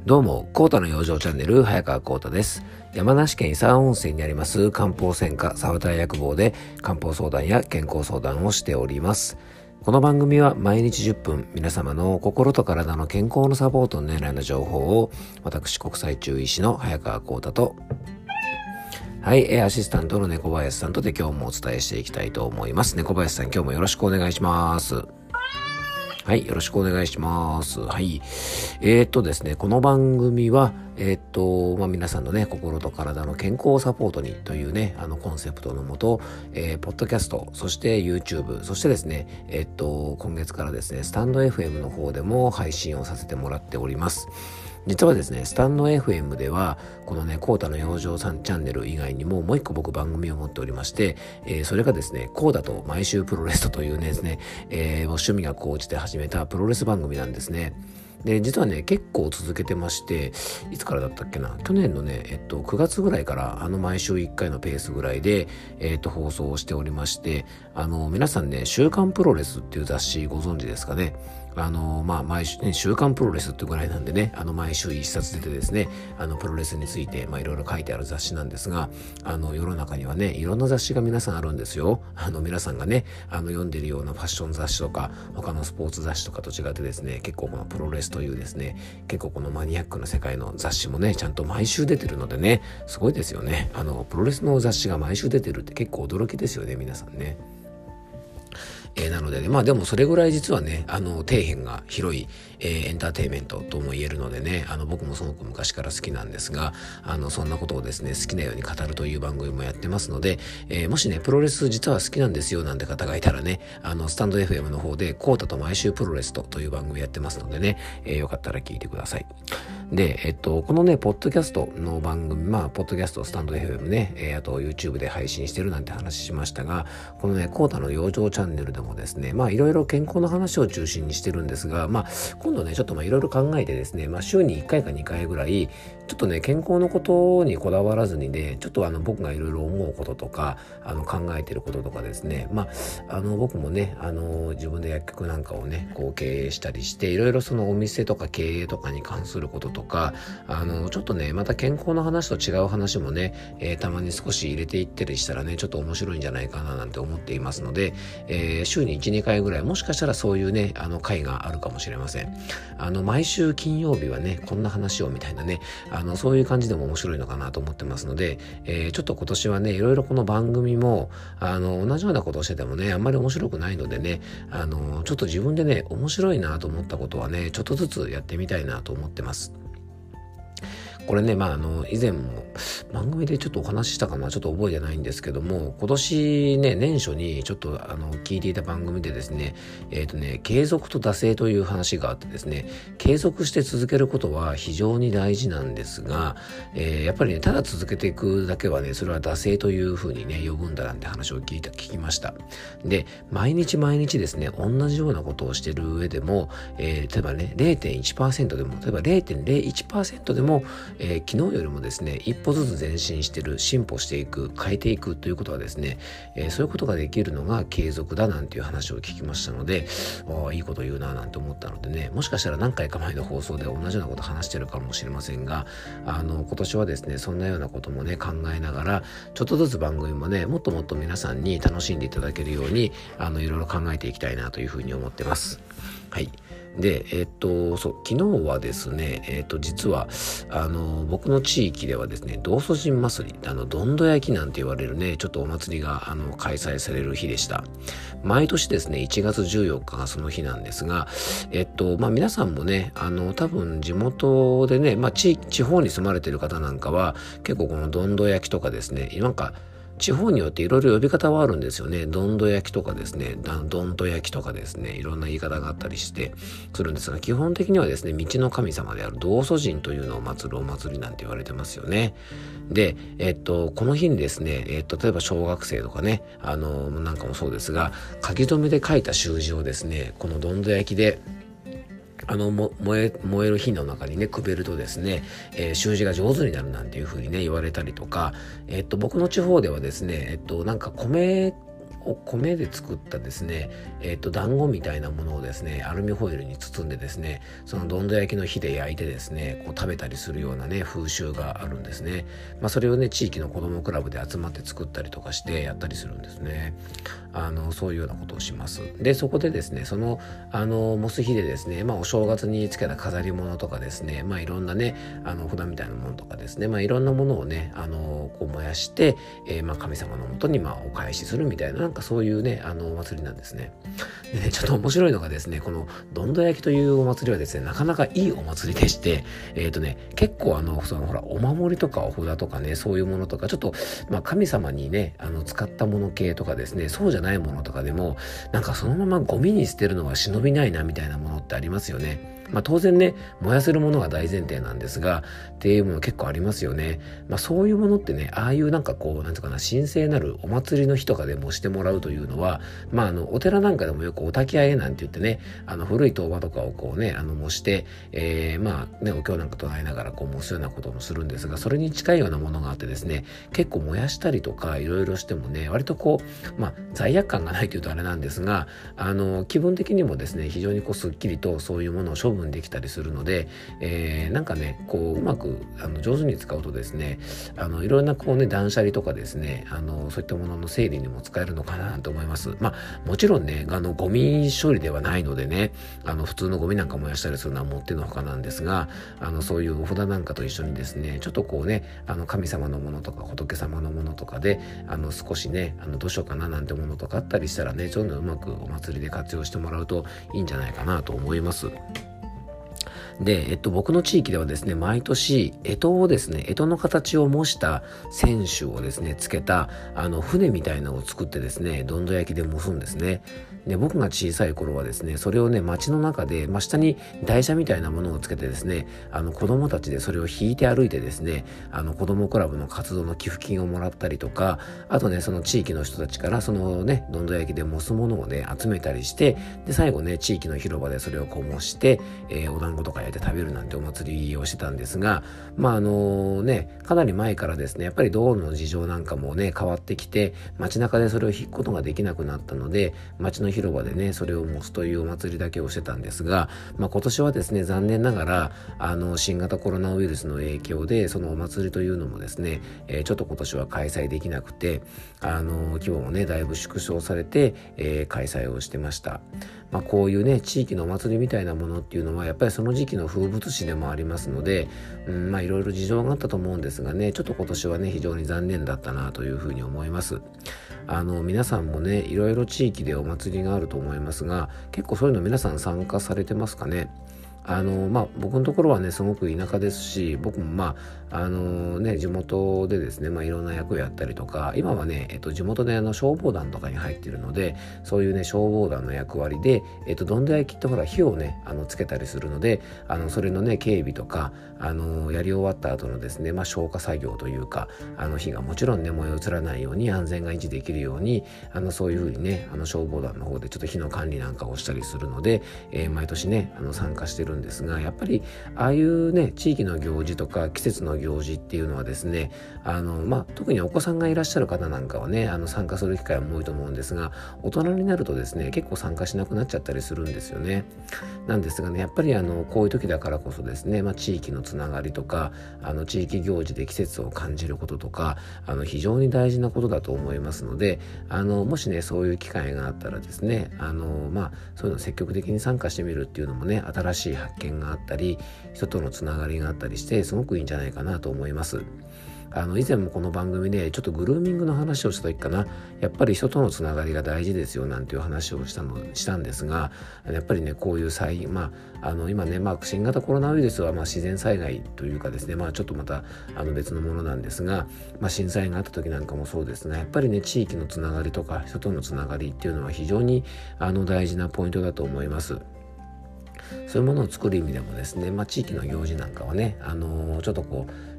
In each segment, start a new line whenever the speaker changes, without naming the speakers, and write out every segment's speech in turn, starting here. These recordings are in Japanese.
どうも、コータの養生チャンネル、早川コータです。山梨県伊佐温泉にあります漢方専科沢田薬房で漢方相談や健康相談をしております。この番組は毎日10分、皆様の心と体の健康のサポートの狙いの情報を、私国際中医師の早川コータと、アシスタントの猫林さんとで今日もお伝えしていきたいと思います。猫林さん、今日もよろしくお願いします。はい、よろしくお願いします。はい。ですね、この番組は、皆さんのね、心と体の健康サポートにというね、コンセプトのもと、ポッドキャスト、そして YouTube、そしてですね、今月からですね、スタンド FM の方でも配信をさせてもらっております。実はですね、スタンド FM では、このね、コータの養生さんチャンネル以外にも、もう一個僕番組を持っておりまして、それがですね、コータと毎週プロレスというねですね、趣味が高じて始めたプロレス番組なんですね。で、実はね、結構続けてまして、いつからだったっけな、去年のね、9月ぐらいから毎週1回のペースぐらいで、放送をしておりまして、皆さんね、週刊プロレスっていう雑誌ご存知ですかね。毎週ね、週刊プロレスってぐらいなんでね、毎週一冊出てですね、プロレスについて、いろいろ書いてある雑誌なんですが、世の中にはね、いろんな雑誌が皆さんあるんですよ。皆さんがね、読んでるようなファッション雑誌とか、他のスポーツ雑誌とかと違ってですね、結構このプロレスというですね、結構このマニアックな世界の雑誌もね、ちゃんと毎週出てるのでね、すごいですよね。プロレスの雑誌が毎週出てるって結構驚きですよね、皆さんね。なのでね、でもそれぐらい実はね、底辺が広い、エンターテインメントとも言えるのでね、僕もすごく昔から好きなんですが、そんなことをですね、好きなように語るという番組もやってますので、もしね、プロレス実は好きなんですよなんて方がいたらね、スタンド FM の方で、コータと毎週プロレスという番組やってますのでね、よかったら聞いてください。で、このね、ポッドキャストの番組、ポッドキャスト、スタンド FM ね、あと YouTube で配信してるなんて話しましたが、このね、コータの養生チャンネルでもですね、いろいろ健康の話を中心にしてるんですが、今度ね、ちょっといろいろ考えてですね、週に1回か2回ぐらい、ちょっとね、健康のことにこだわらずにね、ちょっと僕がいろいろ思うこととか、考えてることとかですね、僕もね、自分で薬局なんかをね、こう経営したりして、いろいろそのお店とか経営とかに関することとか、ちょっとね、また健康の話と違う話もね、たまに少し入れていったりしたらね、ちょっと面白いんじゃないかななんて思っていますので、週に1、2回ぐらい、もしかしたらそういうね、回があるかもしれません。毎週金曜日はね、こんな話をみたいなね、そういう感じでも面白いのかなと思ってますので、ちょっと今年はね、いろいろこの番組も、同じようなことをしててもね、あんまり面白くないのでね、ちょっと自分でね、面白いなと思ったことはね、ちょっとずつやってみたいなと思ってます。これね、以前も番組でちょっとお話ししたかな、ちょっと覚えてないんですけども、今年ね、年初にちょっと聞いていた番組でですね、継続と惰性という話があってですね、継続して続けることは非常に大事なんですが、やっぱりね、ただ続けていくだけはね、それは惰性というふうにね、呼ぶんだなんて話を聞きました。で、毎日毎日ですね、同じようなことをしている上でも、例えばね、0.1% でも、例えば 0.01% でも、昨日よりもですね、一歩ずつ前進してる、進歩していく、変えていくということはですね、そういうことができるのが継続だなんていう話を聞きましたので、いいこと言うななんて思ったのでね、もしかしたら何回か前の放送で同じようなこと話してるかもしれませんが、今年はですね、そんなようなこともね、考えながら、ちょっとずつ番組もね、もっともっと皆さんに楽しんでいただけるように、いろいろ考えていきたいなというふうに思ってます。はい。で、昨日はですね、実は、僕の地域ではですね、道祖神祭り、どんど焼きなんて言われるね、ちょっとお祭りが、開催される日でした。毎年ですね、1月14日がその日なんですが、皆さんもね、多分地元でね、地方に住まれている方なんかは、結構このどんど焼きとかですね、なんか、地方によっていろいろ呼び方はあるんですよね。どんど焼きとかですね、どんと焼きとかですね、いろんな言い方があったりしてするんですが、基本的にはですね、道の神様である道祖神というのを祀るお祭りなんて言われてますよね。で、この日にですね、例えば小学生とかね、なんかもそうですが、書き留めで書いた習字をですね、このどんど焼きで燃える火の中にね、くべるとですね、習字が上手になるなんていう風にね、言われたりとか、僕の地方ではですね、なんか米米で作ったですね、団子みたいなものをですね、アルミホイルに包んでですね、そのどんど焼きの火で焼いてですね、こう食べたりするようなね、風習があるんですね。それをね、地域の子どもクラブで集まって作ったりとかしてやったりするんですね。そういうようなことをします。で、そこでですね、そのモス火でですね、お正月につけた飾り物とかですね、いろんなね、札みたいなものとかですね、いろんなものをね、こう燃やして、神様のもとにお返しするみたいな、なんかそういうね、お祭りなんですね。でね、ちょっと面白いのがですね、このどんど焼きというお祭りはですね、なかなかいいお祭りでして、結構お守りとかお札とかね、そういうものとか、ちょっと神様にね、使ったもの系とかですね、そうじゃないものとかでも、なんかそのままゴミに捨てるのは忍びないなみたいなものってありますよね。当然ね、燃やせるものが大前提なんですが、っていうもの結構ありますよね。そういうものってね、ああいうなんかこう、なんていうかな、神聖なるお祭りの日とかでもしてもらうというのは、お寺なんかでもよくお焚き上げなんて言ってね、古い塔場とかをこうね、模して、お経なんか唱えながらこう模すようなこともするんですが、それに近いようなものがあってですね、結構燃やしたりとかいろいろしてもね、割とこう、罪悪感がないというとあれなんですが、気分的にもですね、非常にこうスッキリとそういうものを処分できたりするので、なんかね、こううまく上手に使うとですね、いろんなこうね、断捨離とかですね、そういったものの整理にも使えるのかなと思います。もちろんね、ゴミ処理ではないのでね、普通のゴミなんか燃やしたりするのはもってのほかなんですが、そういうお札なんかと一緒にですね、ちょっとこうね、神様のものとか仏様のものとかで、少しね、どうしようかななんてものとかあったりしたらね、ちょっとうまくお祭りで活用してもらうといいんじゃないかなと思います。で、僕の地域ではですね、毎年、干支をですね、干支の形を模した船首をですね、つけた、船みたいなのを作ってですね、どんど焼きで模すんですね。で、僕が小さい頃はですね、それをね、街の中で、下に台車みたいなものをつけてですね、子供たちでそれを引いて歩いてですね、子供クラブの活動の寄付金をもらったりとか、あとね、その地域の人たちから、そのね、どんど焼きで模すものをね、集めたりして、で、最後ね、地域の広場でそれをこう模して、お団子とか焼いて食べるなんてお祭りをしてたんですが、かなり前からですね、やっぱり道路の事情なんかもね、変わってきて、街中でそれを引くことができなくなったので、街の広場でね、それを模すというお祭りだけをしてたんですが、今年はですね、残念ながら、新型コロナウイルスの影響で、そのお祭りというのもですね、ちょっと今年は開催できなくて、規模もね、だいぶ縮小されて、開催をしてました。こういうね、地域のお祭りみたいなものっていうのはやっぱりその時期の風物詩でもありますので、いろいろ事情があったと思うんですがね、ちょっと今年はね、非常に残念だったなというふうに思います。皆さんもね、いろいろ地域でお祭りがあると思いますが、結構そういうの皆さん参加されてますかね。僕のところはね、すごく田舎ですし、僕も地元でですね、いろんな役をやったりとか、今はね、地元で消防団とかに入っているので、そういうね、消防団の役割で、どんど焼きってほら、火をね、つけたりするので、それのね、警備とか、やり終わった後のですね、消火作業というか、火がもちろんね、燃え移らないように安全が維持できるように、そういうふうにね、消防団の方でちょっと火の管理なんかをしたりするので、毎年ね、参加してるんですが、やっぱりああいうね、地域の行事とか季節の行事っていうのはですね、特にお子さんがいらっしゃる方なんかはね、参加する機会も多いと思うんですが、大人になるとですね、結構参加しなくなっちゃったりするんですよね。なんですがね、やっぱりこういう時だからこそですね、地域のつながりとか、地域行事で季節を感じることとか、非常に大事なことだと思いますので、もしね、そういう機会があったらですね、そういうの積極的に参加してみるっていうのもね、新しい発見があったり、人とのつながりがあったりして、すごくいいんじゃないかなと思います。以前もこの番組でちょっとグルーミングの話をした時かな、やっぱり人とのつながりが大事ですよなんていう話をしたんですが、やっぱりね、こういう今ね、新型コロナウイルスは自然災害というかですね、ちょっとまた別のものなんですが、震災があった時なんかもそうですが、やっぱりね、地域のつながりとか人とのつながりっていうのは非常に大事なポイントだと思います。そういうものを作る意味でもですね、地域の行事なんかはね、ちょっとこう、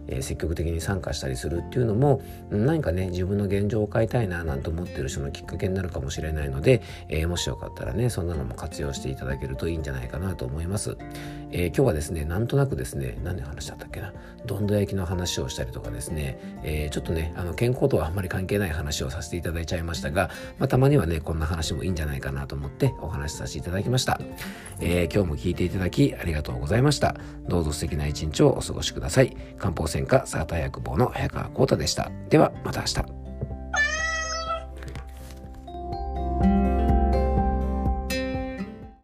積極的に参加したりするっていうのも、何かね自分の現状を変えたいななんて思ってる人のきっかけになるかもしれないので、もしよかったらねそんなのも活用していただけるといいんじゃないかなと思います。今日はですねなんとなくですね何の話だったっけな、どんど焼きの話をしたりとかですね、ちょっとね健康とはあんまり関係ない話をさせていただいちゃいましたが、たまにはねこんな話もいいんじゃないかなと思ってお話しさせていただきました。今日も聞いていただきありがとうございました。どうぞ素敵な一日をお過ごしください。漢方専科サーター薬房の早川浩太でした。ではまた明日。